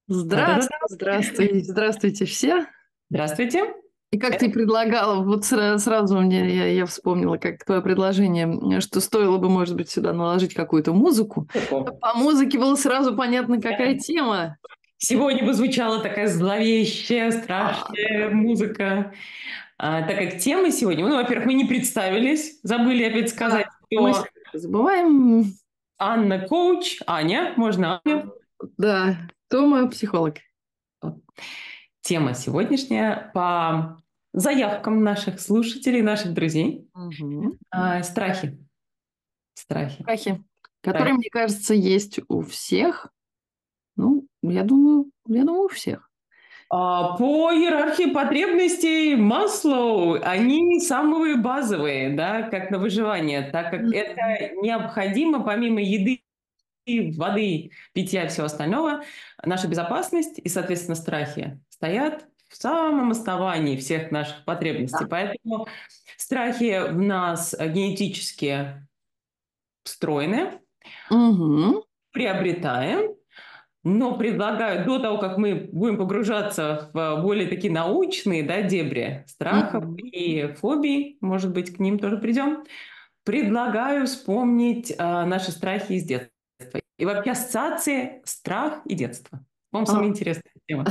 Да-да-да. Здравствуй, здравствуй, здравствуйте все. Здравствуйте. И как ты предлагала, вот сразу мне я вспомнила, как твое предложение, что стоило бы, может быть, сюда наложить какую-то музыку. Музыку. По музыке было сразу понятно, какая тема. Сегодня бы звучала такая зловещая, А, страшная да. музыка. Так как тема сегодня, ну, во-первых, мы не представились, забыли опять сказать, Да, мы что всегда забываем. Анна коуч, Аня, можно Аню. Да, Тома психолог. Вот. Тема сегодняшняя по заявкам наших слушателей, наших друзей. Мгм. Страхи. Страхи. Страхи, Страхи. которые, мне кажется, есть у всех. Ну, я думаю, у всех. По иерархии потребностей Маслоу они самые базовые, да, как на выживание, так как это Мгм. необходимо помимо еды, воды, питья и всего остального. Наша безопасность и, соответственно, страхи стоят в самом основании всех наших потребностей. Да. Поэтому страхи в нас генетически встроены, Мгм. приобретаем. Но предлагаю, до того, как мы будем погружаться в более такие научные, да, дебри страхов Мгм. и фобий, может быть, к ним тоже придем, предлагаю вспомнить наши страхи из детства. И вообще ассоциации страх и детство. По-моему, самая А. интересная тема.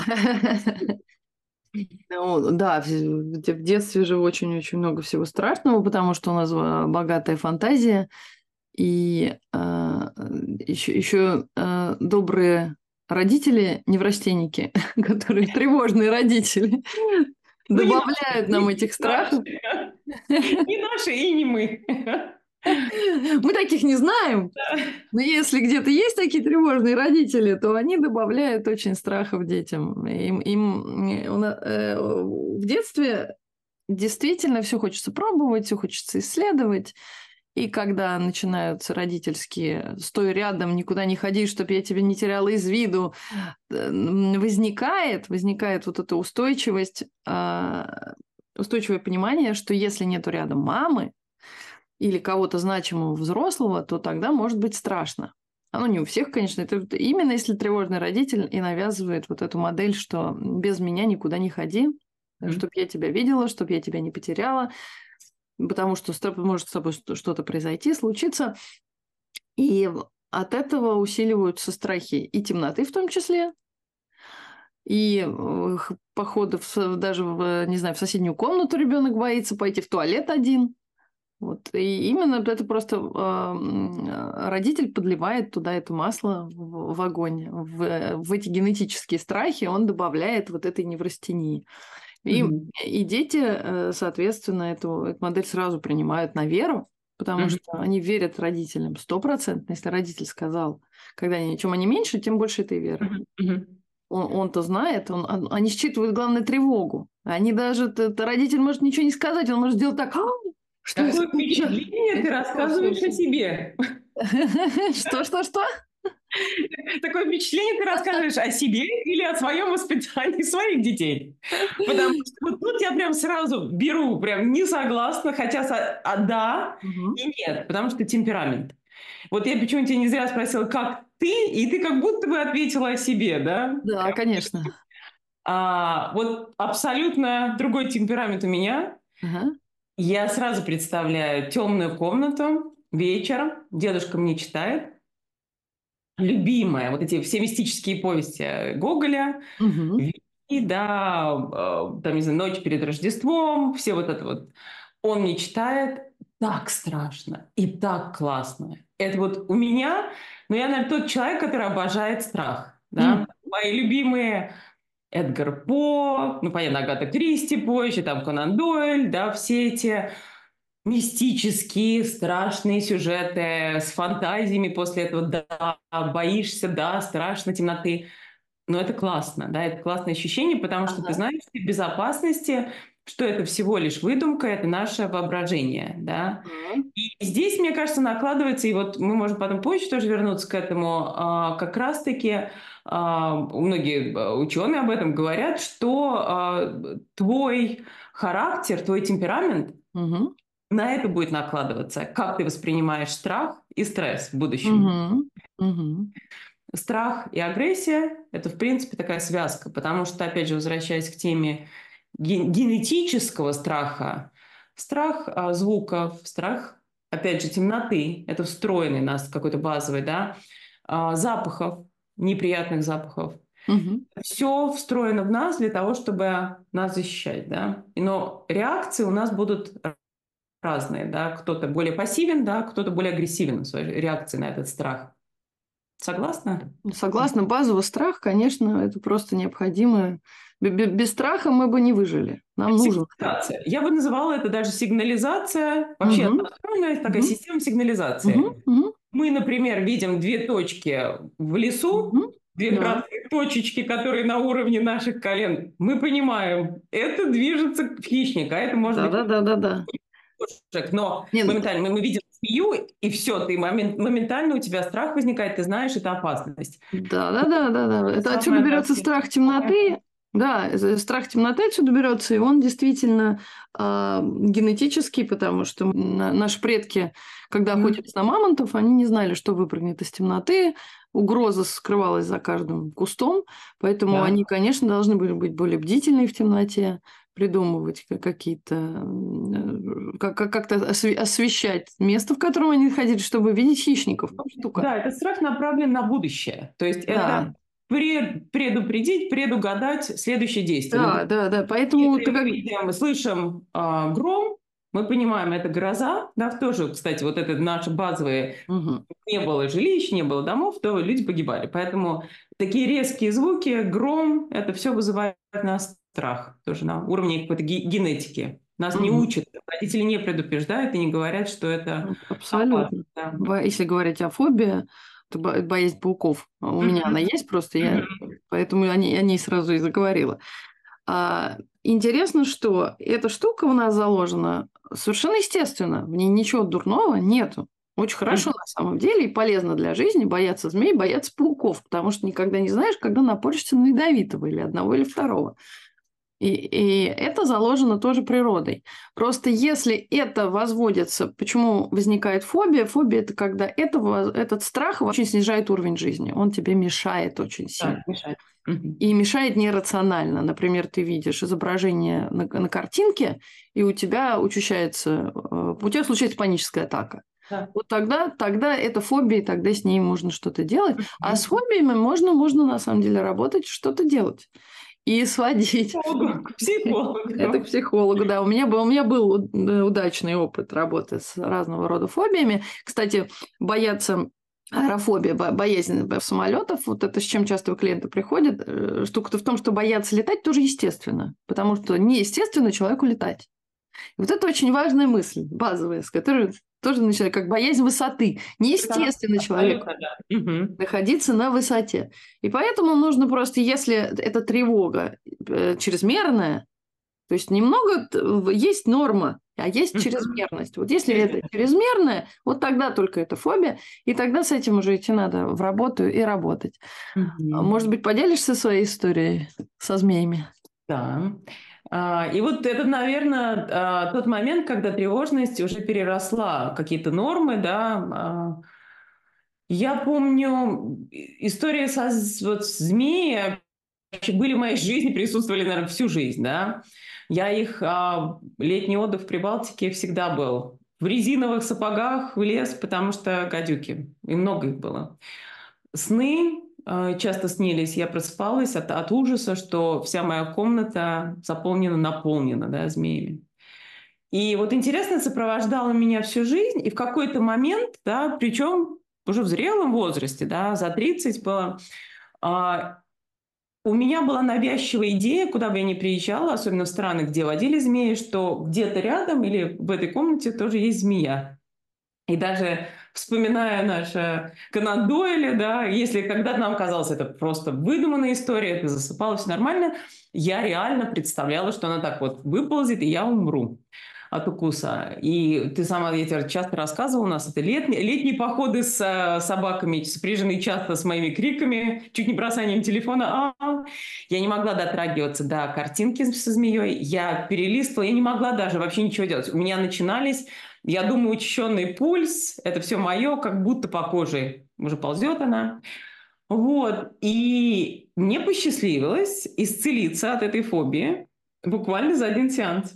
Ну да, в детстве же очень-очень много всего страшного, потому что у нас богатая фантазия, и еще добрые родители, неврастенники, которые тревожные родители, Ну, не наши, добавляют нам этих не страхов. наши, не наши и не мы. Мы таких не знаем, но если где-то есть такие тревожные родители, то они добавляют очень страхов детям. В детстве действительно все хочется пробовать, все хочется исследовать. И когда начинаются родительские «стой рядом, никуда не ходи, чтобы я тебя не теряла из виду», возникает вот эта устойчивость, устойчивое понимание, что если нету рядом мамы или кого-то значимого взрослого, то тогда может быть страшно. Оно не у всех, конечно, это именно если тревожный родитель и навязывает вот эту модель, что без меня никуда не ходи, Мгм. чтобы я тебя видела, чтобы я тебя не потеряла, потому что может с тобой что-то произойти, случиться. И от этого усиливаются страхи и темноты в том числе, и походы даже не знаю, в соседнюю комнату ребенок боится пойти в туалет один. Вот. И именно это просто родитель подливает туда это масло в огонь, в эти генетические страхи он добавляет вот этой неврастении. И, Мгм. и дети, соответственно, эту модель сразу принимают на веру, потому Мгм. что они верят родителям стопроцентно. Если родитель сказал, чем они меньше, тем больше этой веры. Мгм. Мгм. Он-то знает, они считывают, главное, тревогу. Они даже, родитель может ничего не сказать, он может сделать так, что если Какое впечатление ты все, все, рассказываешь о все. себе? Что? Такое впечатление ты рассказываешь о себе или о своем воспитании своих детей. Потому что вот тут я прям сразу беру, прям не согласна, хотя да Мгм. и нет, потому что темперамент. Вот я почему тебя не зря спросила, как ты, и ты как будто бы ответила о себе, да? Да, конечно. Вот абсолютно другой темперамент у меня. Ага. Я сразу представляю темную комнату, вечер, дедушка мне читает, любимая, вот эти все мистические повести Гоголя, Мгм. и да, там, не знаю, «Ночь перед Рождеством», все вот это вот. Он мне читает, так страшно и так классно. Это вот у меня, ну, я, наверное, тот человек, который обожает страх, Мгм. да. Мои любимые Эдгар По, ну, понятно, Агата Кристи позже, там Конан Дойль, да, все эти мистические, страшные сюжеты с фантазиями после этого, да, боишься, да, страшно темноты. Но это классно, да, это классное ощущение, потому что ты Ага. знаешь, ты в безопасности, что это всего лишь выдумка, это наше воображение, да. Мгм. И здесь, мне кажется, накладывается, и вот мы можем потом позже тоже вернуться к этому, как раз-таки многие ученые об этом говорят, что твой характер, твой темперамент Мгм. на это будет накладываться, как ты воспринимаешь страх и стресс в будущем. Мгм. Мгм. страх и агрессия – это, в принципе, такая связка, потому что, опять же, возвращаясь к теме генетического страха, страх звуков, страх, опять же, темноты – это встроенный у нас какой-то базовый, да, запахов, неприятных запахов. Мгм. Все встроено в нас для того, чтобы нас защищать, да. Но реакции у нас будут разные, да. Кто-то более пассивен, да, кто-то более агрессивен в своей реакции на этот страх. Согласна? Согласна, базовый страх, конечно, это просто необходимо. Без страха мы бы не выжили. Нам нужен страх. Сигнализация. Я бы называла это даже сигнализация. Вообще, Мгм. настроенная такая Мгм. система Мгм. сигнализации. Мгм. Мы, например, видим две точки в лесу, Мгм. две Да. краткие точечки, которые на уровне наших колен. Мы понимаем, это движется хищник, а это может Да, быть да, да, да, да. кошек. Но Нет, моментально мы видим змею, и все, ты моментально у тебя страх возникает, ты знаешь, это опасность. да, да, да, да, да. Это отсюда Самое, да, берется страх темноты. Да, страх темноты отсюда берется, и он действительно генетический, потому что наши предки, когда Мгм. охотились на мамонтов, они не знали, что выпрыгнет из темноты. Угроза скрывалась за каждым кустом, поэтому Да. они, конечно, должны были быть более бдительны в темноте, придумывать какие-то, как-то освещать место, в котором они находились, чтобы видеть хищников. Штука. Да, этот страх направлен на будущее. То есть это Да, предупредить, предугадать следующее действие. да, Например, да, да. Поэтому если ты мы как... видим, мы слышим гром, мы понимаем, это гроза, да, тоже, кстати, вот это наши базовые, Мгм. не было жилищ, не было домов, то люди погибали. Поэтому такие резкие звуки, гром, это все вызывает у нас страх, тоже на уровне какой-то генетики. Нас не Мгм. учат, родители не предупреждают и не говорят, что это опасно. Абсолютно. Да. Если говорить о фобии, то боязнь пауков. У меня она Мгм. есть просто, я Мгм. поэтому о ней сразу и заговорила. Интересно, что эта штука у нас заложена совершенно естественно. В ней ничего дурного нету. Очень хорошо Мгм. на самом деле и полезно для жизни бояться змей, бояться пауков, потому что никогда не знаешь, когда напоришься на ядовитого или одного, или второго. И это заложено тоже природой. Просто если это возводится, почему возникает фобия? Фобия – это когда этот страх очень снижает уровень жизни. Он тебе мешает очень сильно. Да, мешает. Мгм. И мешает нерационально. Например, ты видишь изображение на картинке, и у тебя у тебя случается паническая атака. Да. Вот тогда это фобия, и тогда с ней можно что-то делать. А с Мгм. фобиями можно на самом деле работать, что-то делать. И сводить. К Это к психологу. психологу, да. У меня был удачный опыт работы с разного рода фобиями. Кстати, бояться аэрофобия, боязнь самолетов, вот это с чем часто клиенты приходят. Штука-то в том, что бояться летать тоже естественно, потому что неестественно человеку летать. И вот это очень важная мысль, базовая, с которой тоже начинаю, как боязнь высоты. Да, Неестественно человеку абсолютно, да. Мгм. находиться на высоте. И поэтому нужно просто, если эта тревога чрезмерная, то есть немного есть норма, а есть Мгм. чрезмерность. Вот если это чрезмерное, вот тогда только это фобия, и тогда с этим уже идти надо в работу и работать. Может Мгм. быть, поделишься своей историей со змеями? Да. И вот это, наверное, тот момент, когда тревожность уже переросла какие-то нормы, да. Я помню, история вот с змеей вообще были в моей жизни, присутствовали, наверное, всю жизнь, да. Летний отдых в Прибалтике всегда был. В резиновых сапогах в лес, потому что гадюки. И много их было. Сны часто снились. Я просыпалась от ужаса, что вся моя комната заполнена, наполнена, да, змеями. И вот интересно, сопровождала меня всю жизнь, и в какой-то момент, да, причем уже в зрелом возрасте, да, за 30 было, а, у меня была навязчивая идея, куда бы я ни приезжала, особенно в страны, где водили змеи, что где-то рядом или в этой комнате тоже есть змея. И даже вспоминая наше Конан Дойля, да, если когда-то нам казалось, это просто выдуманная история, это засыпалось все нормально, я реально представляла, что она так вот выползет, и я умру от укуса. И ты сама, я тебе часто рассказывала, у нас это летние походы с собаками, сопряженные часто с моими криками, чуть не бросанием телефона. Я не могла дотрагиваться до картинки со змеей, я перелистывала, я не могла даже вообще ничего делать. У меня начинались, я думаю, учащенный пульс, это все мое, как будто по коже уже ползет она. Вот. И мне посчастливилось исцелиться от этой фобии буквально за один сеанс.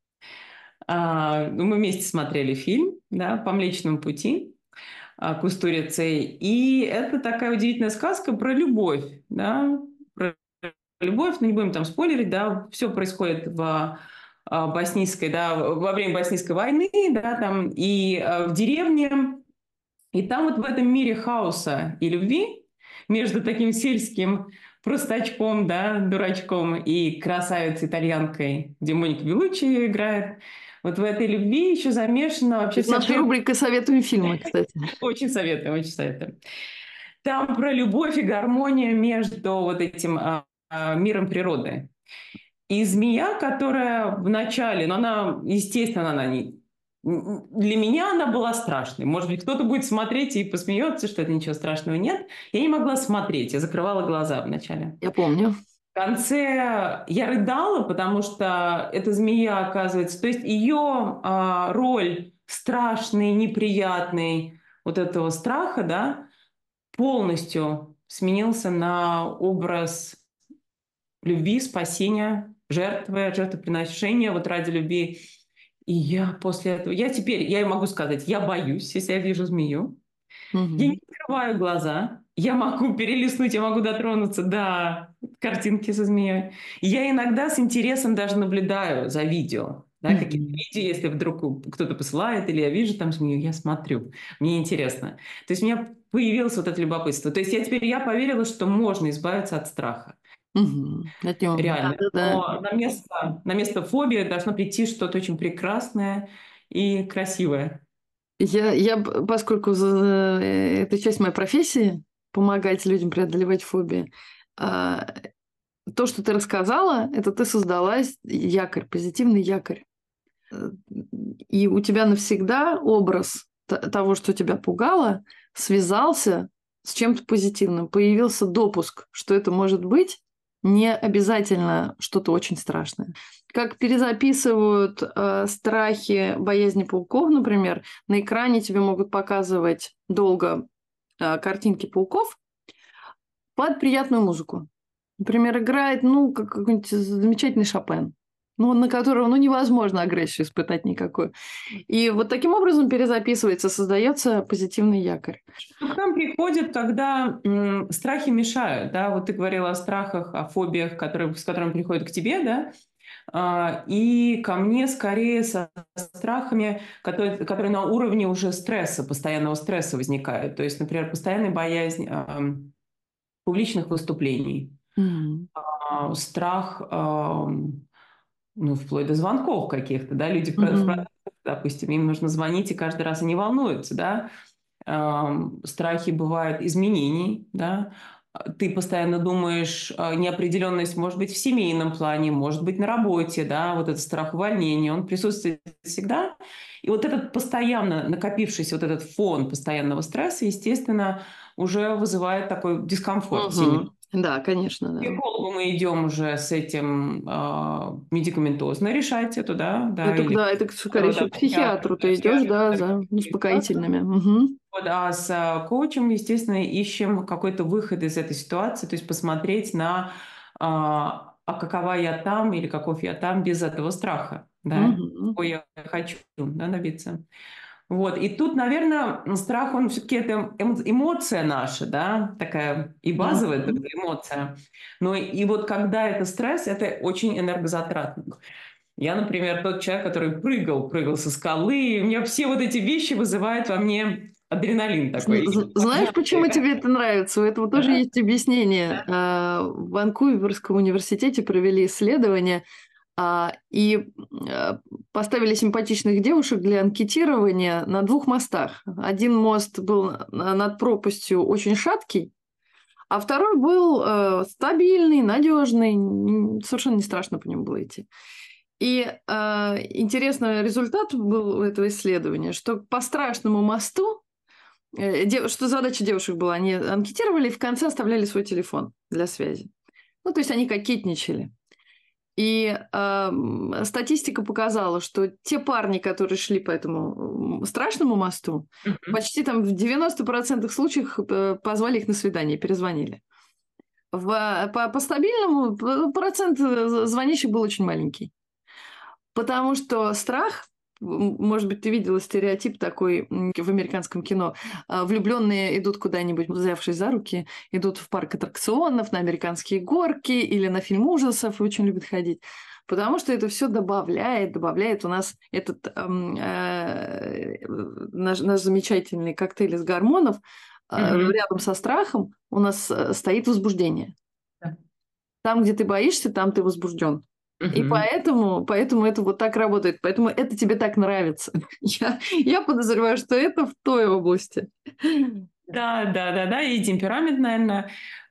Мы вместе смотрели фильм, да, «По Млечному пути», Кустурицы. И это такая удивительная сказка про любовь, да, про любовь, но не будем там спойлерить, да, все происходит в боснийской, да, во время боснийской войны, да, там, и в деревне, и там вот в этом мире хаоса и любви между таким сельским простачком, да, дурачком и красавицей-итальянкой, где Моника Белуччи играет, вот в этой любви еще замешана вообще Это вся наша прелесть. рубрика «Советуем фильмы», кстати. Очень советую, очень советую. Там про любовь и гармонию между вот этим миром природы. И змея, которая в начале, но она, естественно, она не... Для меня она была страшной. Может быть, кто-то будет смотреть и посмеется, что это ничего страшного нет. Я не могла смотреть, я закрывала глаза вначале. Я помню. В конце я рыдала, потому что эта змея, оказывается, то есть ее роль страшной, неприятной, вот этого страха, да, полностью сменился на образ любви, спасения, жертвы, жертвоприношения вот ради любви. И я после этого, я теперь, я и могу сказать, я боюсь, если я вижу змею. Я Мгм. не открываю глаза, я могу перелистнуть, я могу дотронуться до картинки со змеей. И я иногда с интересом даже наблюдаю за видео. Да, какие-то Мгм. видео, если вдруг кто-то посылает, или я вижу там змею, я смотрю. Мне интересно. То есть у меня появилось вот это любопытство. То есть я поверила, что можно избавиться от страха. Мгм. От него. Реально. Да-да-да. Но на место фобии должно прийти что-то очень прекрасное и красивое. Поскольку это часть моей профессии, помогать людям преодолевать фобии, а, то, что ты рассказала, это ты создала якорь, позитивный якорь. Э, И у тебя навсегда образ того, что тебя пугало, связался с чем-то позитивным. Появился допуск, что это может быть не обязательно что-то очень страшное. Как перезаписывают страхи боязни пауков, например, на экране тебе могут показывать долго картинки пауков под приятную музыку. Например, играет, ну, какой-нибудь замечательный Шопен, ну, на которого, ну, невозможно агрессию испытать никакую. И вот таким образом перезаписывается, создается позитивный якорь. Ну, к нам приходит, когда страхи мешают, да, вот ты говорила о страхах, о фобиях, с которыми приходят к тебе, да, и ко мне скорее со страхами, которые на уровне уже стресса, постоянного стресса возникают. То есть, например, постоянная боязнь публичных выступлений, Мгм. страх, ну, вплоть до звонков каких-то, да, люди в Мгм. процессе, допустим, им нужно звонить, и каждый раз они волнуются, да, страхи бывают изменений, да, ты постоянно думаешь, неопределенность может быть в семейном плане, может быть на работе, да, вот этот страх увольнения, он присутствует всегда. И вот этот постоянно накопившийся вот этот фон постоянного стресса, естественно, уже вызывает такой дискомфорт сильный. Мгм. Да, конечно, К да. психологу мы идем уже с этим медикаментозно решать это, да, Это, или да, это скорее всего да, к психиатру, психиатру да, ты идешь, психиатру, да, да, за медикаментозно. успокоительными. Мгм. Вот, а с коучем, естественно, ищем какой-то выход из этой ситуации, то есть посмотреть на, какова я там или каков я там без этого страха, да, Мгм. чего я хочу, да, добиться. Вот, и тут, наверное, страх, он все-таки это эмоция наша, да, такая и базовая тоже Мгм. эмоция. Но и вот когда это стресс, это очень энергозатратно. Я, например, тот человек, который прыгал со скалы, и у меня все вот эти вещи вызывают во мне адреналин такой. Знаешь, почему тебе это нравится? У этого тоже Да? есть объяснение. В Ванкуверском университете провели исследование и поставили симпатичных девушек для анкетирования на двух мостах. Один мост был над пропастью очень шаткий, а второй был стабильный, надежный, совершенно не страшно по нему было идти. И интересный результат был у этого исследования, что по страшному мосту, что задача девушек была, они анкетировали и в конце оставляли свой телефон для связи. Ну, то есть они кокетничали. И статистика показала, что те парни, которые шли по этому страшному мосту, почти там в 90% случаев позвали их на свидание, перезвонили. По стабильному процент звонящих был очень маленький. Потому что страх, может быть, ты видела стереотип такой в американском кино, влюбленные идут куда-нибудь, взявшись за руки, идут в парк аттракционов, на американские горки или на фильм ужасов, и очень любят ходить. Потому что это все добавляет у нас этот наш замечательный коктейль из гормонов, рядом со страхом у нас стоит возбуждение. Да. Там, где ты боишься, там ты возбужден. И поэтому это вот так работает. Поэтому это тебе так нравится. Я подозреваю, что это в той области. Да, и темперамент, наверное.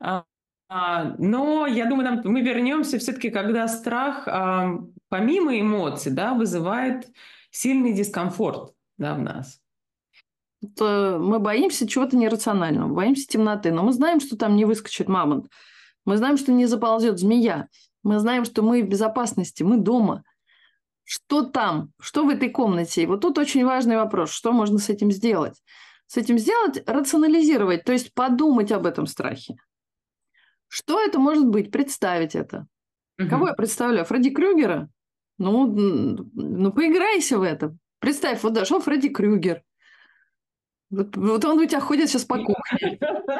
Но я думаю, мы вернемся все-таки, когда страх, помимо эмоций, да, вызывает сильный дискомфорт, да, в нас. Мы боимся чего-то нерационального, боимся темноты, но мы знаем, что там не выскочит мамонт. Мы знаем, что не заползет змея. Мы знаем, что мы в безопасности, мы дома. Что там? Что в этой комнате? И вот тут очень важный вопрос. Что можно с этим сделать? С этим сделать – рационализировать, то есть подумать об этом страхе. Что это может быть? Представить это. Кого я представляю? Фредди Крюгера? Ну, поиграйся в это. Представь, вот дошел Фредди Крюгер. Вот он у тебя ходит сейчас по кухне.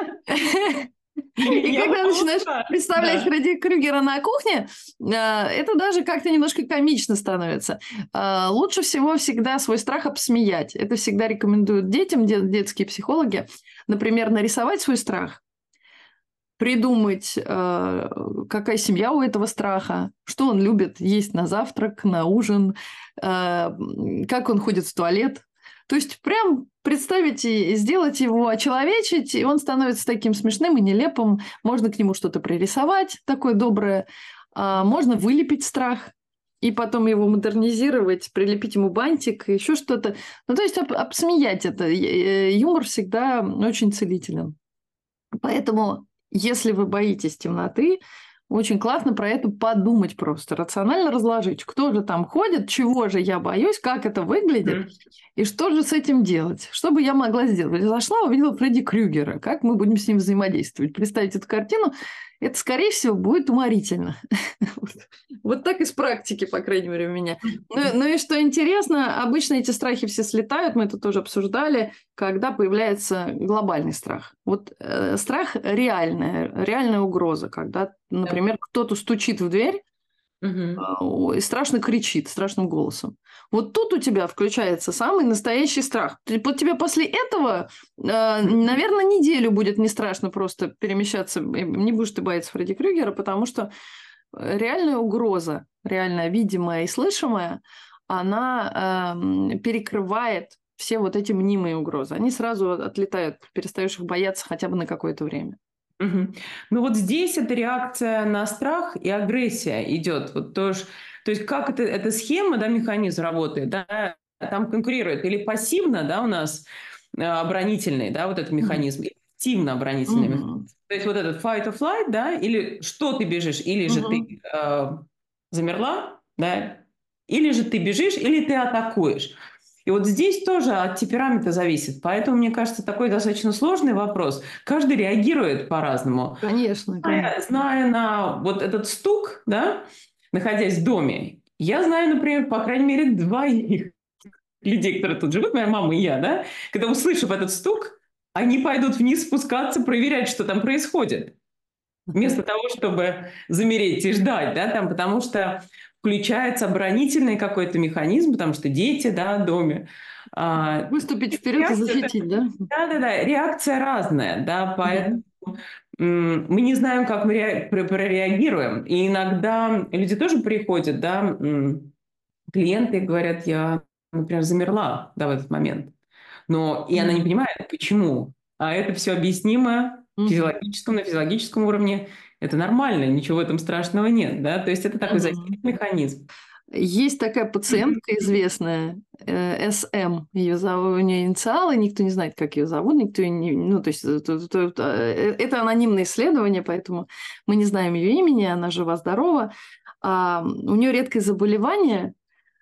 И когда начинаешь представлять Фредди Крюгера на кухне, это даже как-то немножко комично становится. Лучше всего всегда свой страх обсмеять. Это всегда рекомендуют детям, детские психологи. Например, нарисовать свой страх, придумать, какая семья у этого страха, что он любит есть на завтрак, на ужин, как он ходит в туалет. То есть прям представить и сделать его, очеловечить, и он становится таким смешным и нелепым. Можно к нему что-то пририсовать такое доброе. Можно вылепить страх и потом его модернизировать, прилепить ему бантик, еще что-то. Ну, то есть обсмеять это. Юмор всегда очень целителен. Поэтому, если вы боитесь темноты, очень классно про это подумать просто, рационально разложить, кто же там ходит, чего же я боюсь, как это выглядит, и что же с этим делать, что бы я могла сделать. Зашла, увидела Фредди Крюгера, как мы будем с ним взаимодействовать. Представить эту картину, это, скорее всего, будет уморительно. Вот так из практики, по крайней мере, у меня. Ну и что интересно, обычно эти страхи все слетают, мы это тоже обсуждали, когда появляется глобальный страх. Вот страх реальная угроза, когда, например, кто-то стучит в дверь и страшно кричит страшным голосом. Вот тут у тебя включается самый настоящий страх. Вот тебе после этого, наверное, неделю будет не страшно просто перемещаться, не будешь ты бояться Фредди Крюгера, потому что реальная угроза, реальная видимая и слышимая, она перекрывает все вот эти мнимые угрозы. Они сразу отлетают, перестаешь их бояться хотя бы на какое-то время. Ну вот здесь эта реакция на страх и агрессия идет. Вот то есть как эта схема, да, механизм работает, да, там конкурирует или пассивно, да, у нас оборонительный, да, вот этот механизм, или активно оборонительный механизм. То есть вот этот fight or flight, да, или что ты бежишь, или же ты замерла, да, или же ты бежишь, или ты атакуешь. И вот здесь тоже от темперамента зависит. Поэтому, мне кажется, такой достаточно сложный вопрос. Каждый реагирует по-разному. Конечно. Зная на вот этот стук, да, находясь в доме, я знаю, например, по крайней мере, двоих людей, которые тут живут, моя мама и я, да, когда, услышав этот стук, они пойдут вниз спускаться, проверять, что там происходит. Вместо того, чтобы замереть и ждать, да, там, потому что включается оборонительный какой-то механизм, потому что дети, да, в доме. Выступить вперед и защитить, да? Да, реакция разная, да, поэтому мы не знаем, как мы прореагируем. И иногда люди тоже приходят, да, клиенты говорят, я, например, замерла, да, в этот момент. И она не понимает, почему. А это все объяснимо на физиологическом уровне. Это нормально, ничего в этом страшного нет, да. То есть это такой защитный механизм. Есть такая пациентка известная, СМ, ее зовут, у нее инициалы, никто не знает, как ее зовут, никто не, ну, то есть это анонимное исследование, поэтому мы не знаем ее имени, она жива-здорова. у нее редкое заболевание,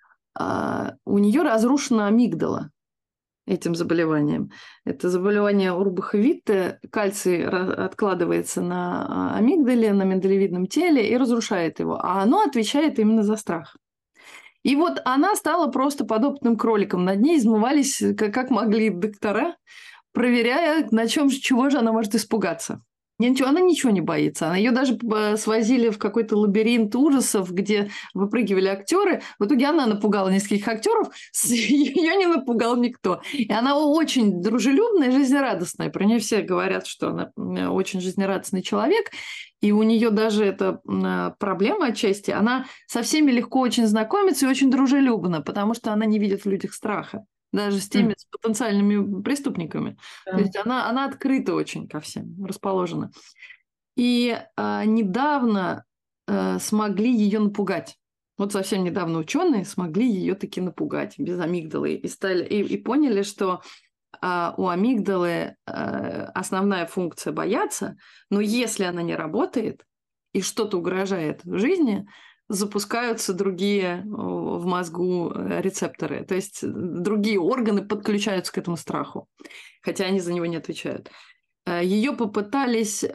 у нее разрушена амигдала этим заболеванием. Это заболевание Урбаха-Витте, кальций откладывается на амигдале, на миндалевидном теле и разрушает его, а оно отвечает именно за страх. И вот она стала просто подопытным кроликом. Над ней измывались, как могли доктора, проверяя, чего же она может испугаться. Она ничего не боится. Ее даже свозили в какой-то лабиринт ужасов, где выпрыгивали актеры. В итоге она напугала нескольких актеров, ее не напугал никто. И она очень дружелюбная, жизнерадостная. Про нее все говорят, что она очень жизнерадостный человек. И у нее даже эта проблема отчасти. Она со всеми легко очень знакомится и очень дружелюбна, потому что она не видит в людях страха. Даже с теми с потенциальными преступниками. То есть она открыта очень ко всем, расположена. И недавно смогли ее напугать. Вот совсем недавно ученые смогли ее таки напугать без амигдалы. И поняли, что у амигдалы основная функция бояться, но если она не работает и что-то угрожает в жизни, запускаются другие в мозгу рецепторы, то есть другие органы подключаются к этому страху, хотя они за него не отвечают. Ее попытались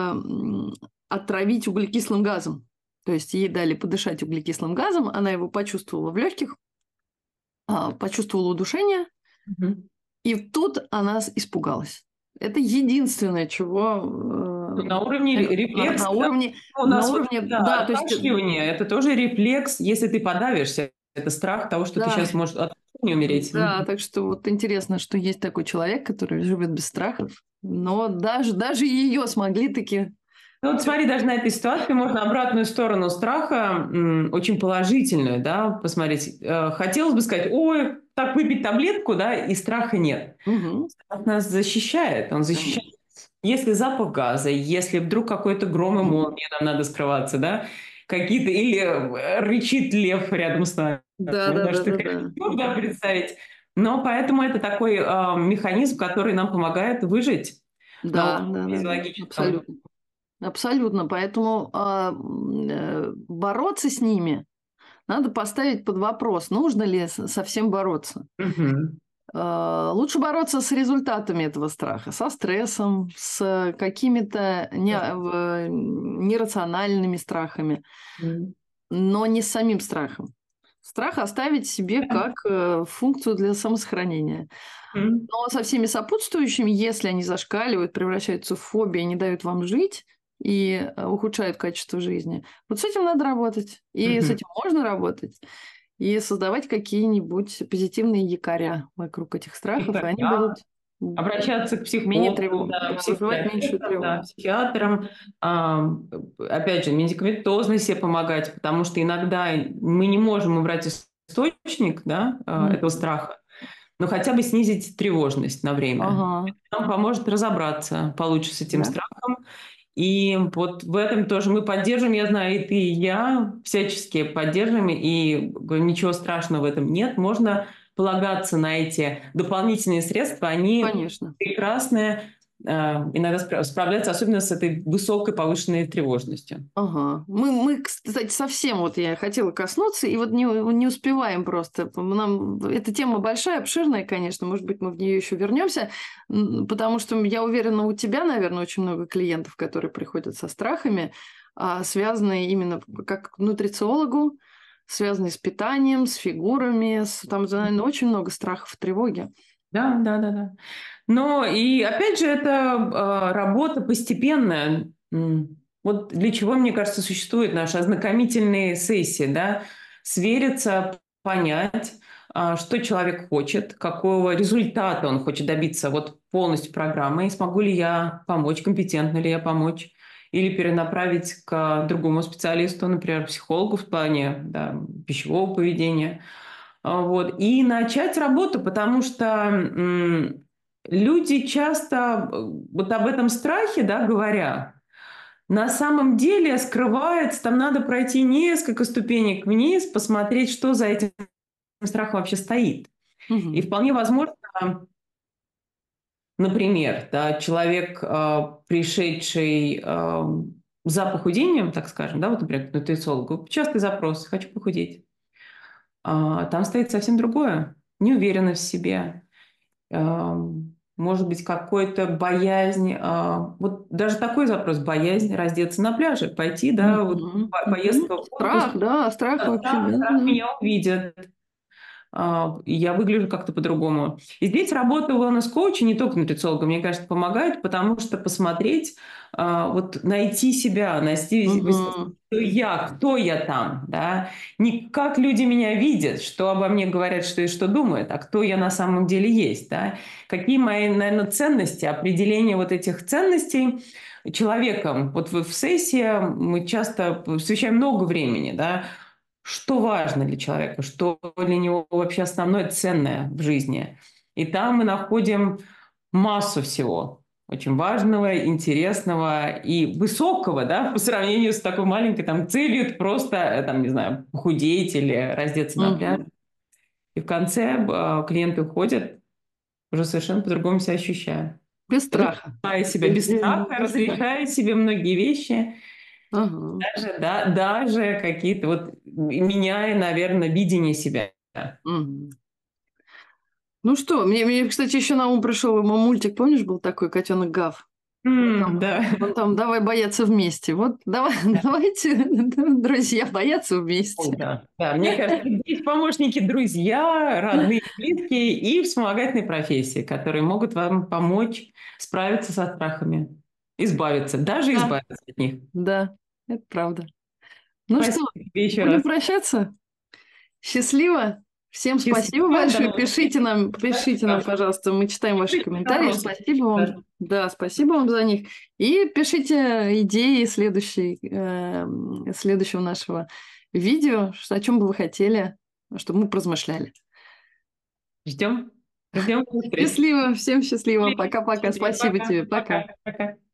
отравить углекислым газом, то есть ей дали подышать углекислым газом, она его почувствовала в легких, почувствовала удушение, и тут она испугалась. Это единственное, чего... На уровне рефлекса. На уровне, У нас да, то есть... откашливание, это тоже рефлекс, если ты подавишься. Это страх того, что ты сейчас можешь от не умереть. Да, так что вот интересно, что есть такой человек, который живет без страхов, но даже ее смогли таки... Ну, вот смотри, даже на этой ситуации можно обратную сторону страха, очень положительную, да, посмотреть. Хотелось бы сказать, ой, так выпить таблетку, да, и страха нет. Страх нас защищает, он защищает. Если запах газа, если вдруг какой-то гром и молния, нам надо скрываться, да, какие-то, или рычит лев рядом с нами. Да. Трудно представить. Но поэтому это такой механизм, который нам помогает выжить на уровне физиологическом. Абсолютно. Поэтому бороться с ними надо поставить под вопрос, нужно ли совсем бороться. Лучше бороться с результатами этого страха, со стрессом, с какими-то нерациональными страхами, но не с самим страхом. Страх оставить себе как функцию для самосохранения. Но со всеми сопутствующими, если они зашкаливают, превращаются в фобии, не дают вам жить и ухудшают качество жизни, вот с этим надо работать. И с этим можно работать. И создавать какие-нибудь позитивные якоря вокруг этих страхов, и они будут обращаться к психологу, психиатрам, опять же, медикаментозно себе помогать, потому что иногда мы не можем убрать источник, да, этого страха, но хотя бы снизить тревожность на время. Это нам поможет разобраться получше с этим страхом. И вот в этом тоже мы поддержим, я знаю, и ты, и я всячески поддержим, и ничего страшного в этом нет. Можно полагаться на эти дополнительные средства, они прекрасные, иногда справляются, особенно с этой высокой повышенной тревожностью. Мы, кстати, совсем вот я хотела коснуться, и вот не успеваем просто. Нам эта тема большая, обширная, конечно, может быть, мы в нее еще вернемся, потому что я уверена, у тебя, наверное, очень много клиентов, которые приходят со страхами, связанные именно как к нутрициологу, связанные с питанием, с фигурами, там, наверное, очень много страхов и тревоги. Да. Но и опять же, это работа постепенная. Вот для чего, мне кажется, существуют наши ознакомительные сессии, да, свериться, понять, что человек хочет, какого результата он хочет добиться вот полностью программы, и смогу ли я помочь, компетентна ли я помочь, или перенаправить к другому специалисту, например, психологу в плане пищевого поведения. Вот. И начать работу, потому что люди часто вот об этом страхе, да, говоря, на самом деле скрывается, там надо пройти несколько ступенек вниз, посмотреть, что за этим страхом вообще стоит. И вполне возможно, например, да, человек, пришедший за похудением, так скажем, да, вот, например, к нутрициологу, частый запрос, хочу похудеть. Там стоит совсем другое. Неуверенность в себе, может быть, какой-то боязнь, вот даже такой запрос, боязнь раздеться на пляже, пойти, да, вот Мгм. поездка Мгм. в отпуск, Страх, да, страх вообще, страх, да, страх да. меня увидят, и я выгляжу как-то по-другому. И здесь работа wellness-коуча, не только нутрициолога, мне кажется, помогает, потому что посмотреть, вот найти себя, найти Мгм. кто я там, да, не как люди меня видят, что обо мне говорят, что и что думают, а кто я на самом деле есть, да, какие мои, наверное, ценности, определение вот этих ценностей человеком. Вот в сессии мы часто посвящаем много времени, да, что важно для человека, что для него вообще основное ценное в жизни. И там мы находим массу всего очень важного, интересного и высокого, да, по сравнению с такой маленькой там целью, это просто, там, не знаю, похудеть или раздеться на пляж. Мгм. И в конце клиенты уходят, уже совершенно по-другому себя ощущая. Без страха. Разрешая себя без страха, Без страха. разрешая себе многие вещи, Ага. даже, да, даже какие-то вот меняя, наверное, видение себя. Мгм. Ну что, мне, кстати, еще на ум пришел мультик, помнишь, был такой котенок Гав? Да. Он там давай бояться вместе. Вот давай, давайте, друзья, бояться Ой, вместе. да. Да, мне кажется, здесь помощники, друзья, родные, близкие и вспомогательные профессии, которые могут вам помочь справиться со страхами, избавиться, даже Да, избавиться от них. да, это правда. Ну что, Спасибо тебе еще будем раз. прощаться? Счастливо. Всем спасибо Счастливо, до большое. новых встреч. Пишите нам, пожалуйста. Мы читаем ваши Пишите комментарии. вопросы. Спасибо Да. вам. Да, спасибо вам за них. И пишите идеи следующего нашего видео, о чем бы вы хотели, чтобы мы поразмышляли. Ждем. Ждем новых встреч. Счастливо, всем счастливо. Пока-пока. Счастливо. Спасибо Пока. тебе. Пока. Пока. Пока.